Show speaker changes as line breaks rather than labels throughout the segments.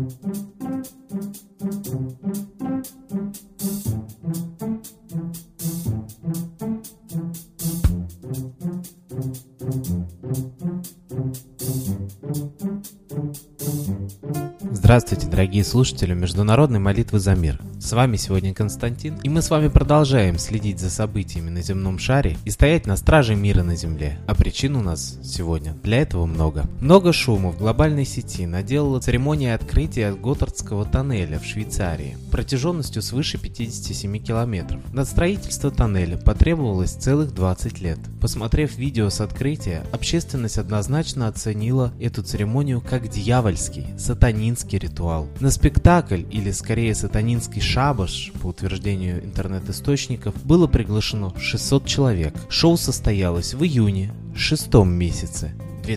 Здравствуйте, дорогие слушатели Международной молитвы за мир. С вами сегодня Константин, и мы с вами продолжаем следить за событиями на земном шаре и стоять на страже мира на земле. А причин у нас сегодня для этого много. Много шума в глобальной сети наделала церемония открытия Готардского тоннеля в Швейцарии протяженностью свыше 57 километров. На строительство тоннеля потребовалось целых 20 лет. Посмотрев видео с открытия, общественность однозначно оценила эту церемонию как дьявольский, сатанинский ритуал. На спектакль, или скорее сатанинский шабаш, по утверждению интернет-источников, было приглашено 600 человек. Шоу состоялось в июне, 6 месяце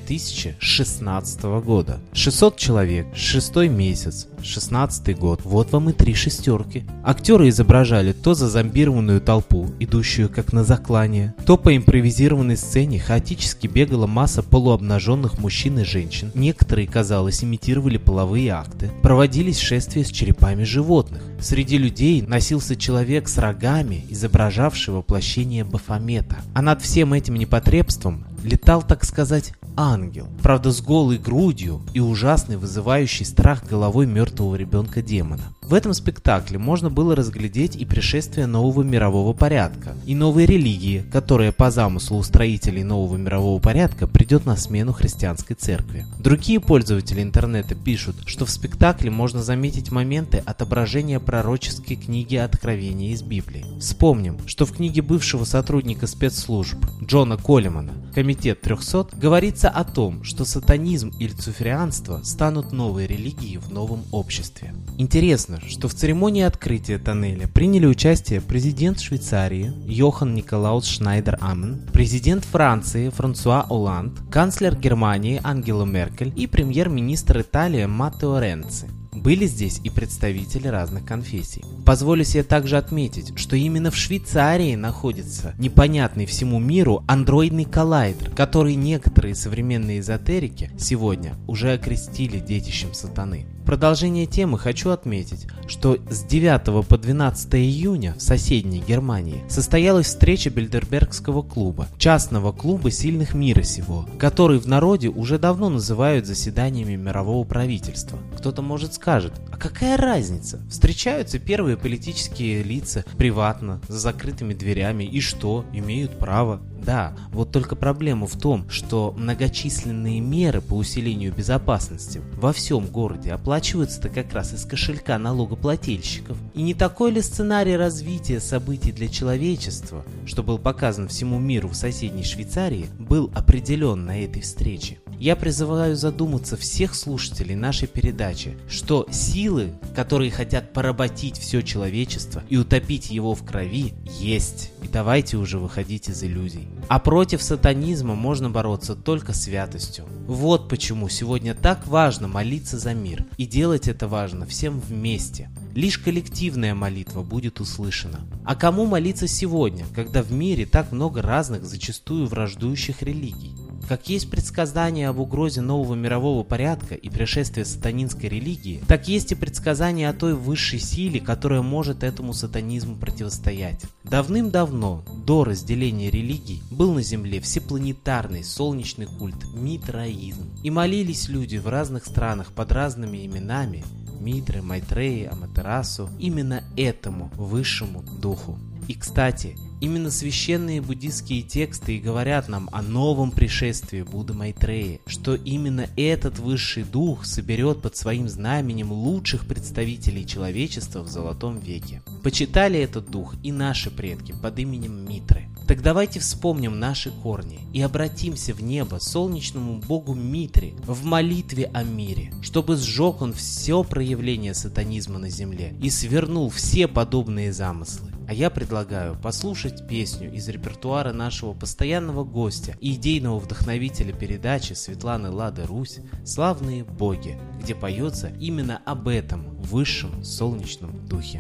2016 года. 600 человек, 6 месяц, 16 год. Вот вам и 3 шестерки. Актеры изображали то зазомбированную толпу, идущую как на заклание, то по импровизированной сцене хаотически бегала масса полуобнаженных мужчин и женщин. Некоторые, казалось, имитировали половые акты. Проводились шествия с черепами животных. Среди людей носился человек с рогами, изображавший воплощение Бафомета. А над всем этим непотребством летал, так сказать, ангел. Правда, с голой грудью и ужасной, вызывающей страх головой мертвого ребенка-демона. В этом спектакле можно было разглядеть и пришествие нового мирового порядка, и новой религии, которая по замыслу устроителей нового мирового порядка придет на смену христианской церкви. Другие пользователи интернета пишут, что в спектакле можно заметить моменты отображения пророческой книги Откровения из Библии. Вспомним, что в книге бывшего сотрудника спецслужб Джона Коллимана «Комитет 300» говорится о том, что сатанизм и люциферианство станут новой религией в новом обществе. Интересно, что в церемонии открытия тоннеля приняли участие президент Швейцарии Йохан Николаус Шнайдер-Аммон, президент Франции Франсуа Олланд, канцлер Германии Ангела Меркель и премьер-министр Италии Маттео Ренци. Были здесь и представители разных конфессий. Позволю себе также отметить, что именно в Швейцарии находится непонятный всему миру андроидный коллайдер, который некоторые современные эзотерики сегодня уже окрестили детищем сатаны. В продолжение темы хочу отметить, что с 9 по 12 июня в соседней Германии состоялась встреча Бильдербергского клуба, частного клуба сильных мира сего, который в народе уже давно называют заседаниями мирового правительства. Кто-то может скажет, а какая разница? Встречаются первые политические лица приватно, за закрытыми дверями, и что, имеют право? Да, вот только проблема в том, что многочисленные меры по усилению безопасности во всем городе оплачиваются-то как раз из кошелька налогоплательщиков. И не такой ли сценарий развития событий для человечества, что был показан всему миру в соседней Швейцарии, был определен на этой встрече? Я призываю задуматься всех слушателей нашей передачи, что силы, которые хотят поработить все человечество и утопить его в крови, есть. И давайте уже выходить из иллюзий. А против сатанизма можно бороться только святостью. Вот почему сегодня так важно молиться за мир. И делать это важно всем вместе. Лишь коллективная молитва будет услышана. А кому молиться сегодня, когда в мире так много разных, зачастую враждующих религий? Как есть предсказания об угрозе нового мирового порядка и пришествия сатанинской религии, так есть и предсказания о той высшей силе, которая может этому сатанизму противостоять. Давным-давно, до разделения религий, был на Земле всепланетарный солнечный культ Митраизм. И молились люди в разных странах под разными именами Митры, Майтреи, Аматерасу именно этому высшему духу. И, кстати, именно священные буддистские тексты и говорят нам о новом пришествии Будды Майтреи, что именно этот высший дух соберет под своим знаменем лучших представителей человечества в Золотом веке. Почитали этот дух и наши предки под именем Митры. Так давайте вспомним наши корни и обратимся в небо солнечному богу Митре в молитве о мире, чтобы сжег он все проявления сатанизма на земле и свернул все подобные замыслы. А я предлагаю послушать песню из репертуара нашего постоянного гостя и идейного вдохновителя передачи Светланы Лады Русь «Славные боги», где поется именно об этом высшем солнечном духе.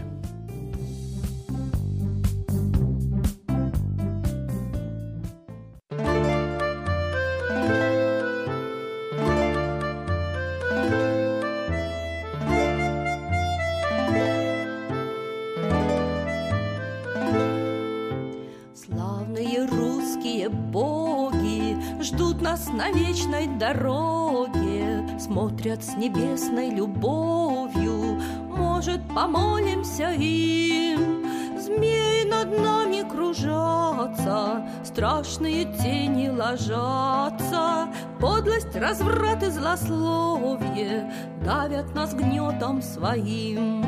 русские боги ждут нас на вечной дороге, смотрят с небесной любовью, может, помолимся им. Змеи над нами кружатся, страшные тени ложатся, подлость, разврат и злословие давят нас гнетом своим.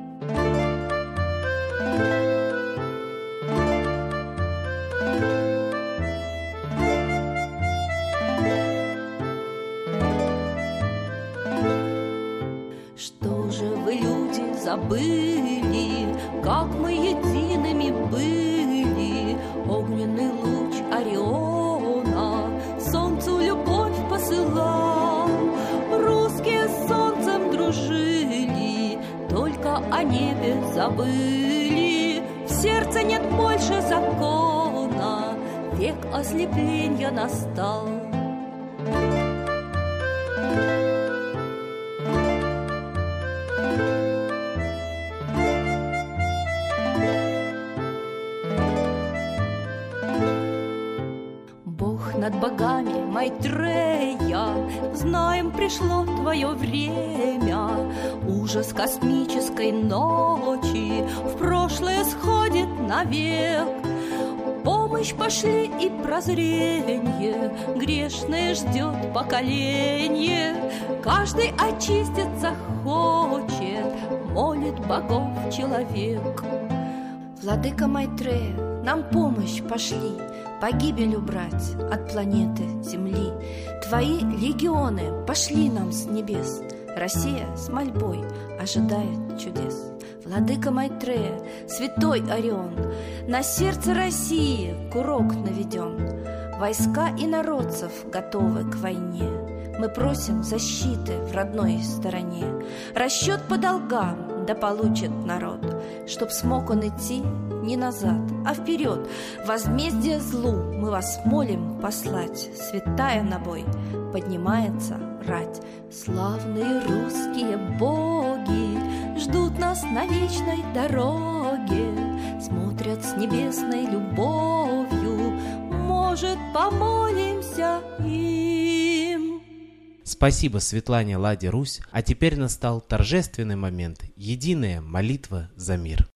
Что же вы, люди, забыли, как мы едиными были? Огненный луч Ориона солнцу любовь посылал. Русские с солнцем дружили, только о небе забыли. В сердце нет больше закона, век ослепления настал. Над богами Майтрея, знаем, пришло твое время. Ужас космической ночи в прошлое сходит навек. Помощь пошли и прозрение, грешное ждет поколение. Каждый очиститься хочет, молит богов человек.
Владыка Майтрея, нам помощь пошли, погибель убрать от планеты Земли. Твои легионы пошли нам с небес, Россия с мольбой ожидает чудес. Владыка Майтрея, святой Орион, на сердце России курок наведен. Войска инородцев готовы к войне. Мы просим защиты в родной стороне. Расчет по долгам да получит народ, чтоб смог он идти не назад, а вперед. Возмездие злу мы вас молим послать. Святая на бой поднимается рать.
Славные русские боги ждут нас на вечной дороге, смотрят с небесной любовью, может, помолимся им.
Спасибо Светлане Ладе Русь, а теперь настал торжественный момент – единая молитва за мир.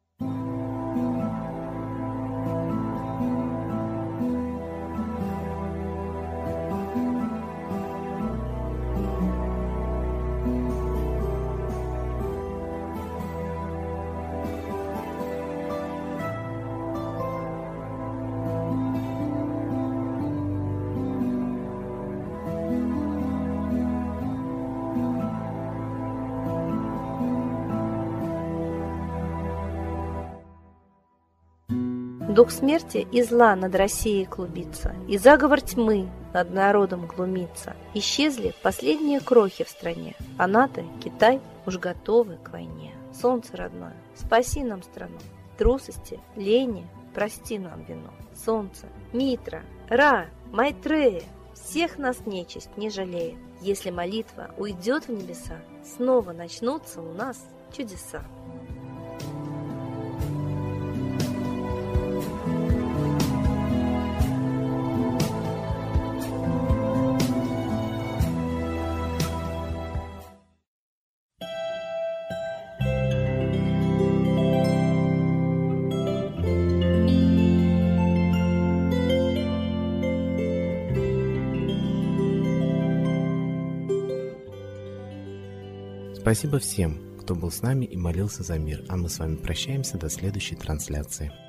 Дух смерти и зла над Россией клубится, и заговор тьмы над народом глумится. Исчезли последние крохи в стране, а НАТО, Китай уж готовы к войне. Солнце родное, спаси нам страну, трусости, лени, прости нам вину. Солнце, Митра, Ра, Майтрея, всех нас нечисть не жалеет. Если молитва уйдет в небеса, снова начнутся у нас чудеса.
Спасибо всем, кто был с нами и молился за мир, а мы с вами прощаемся до следующей трансляции.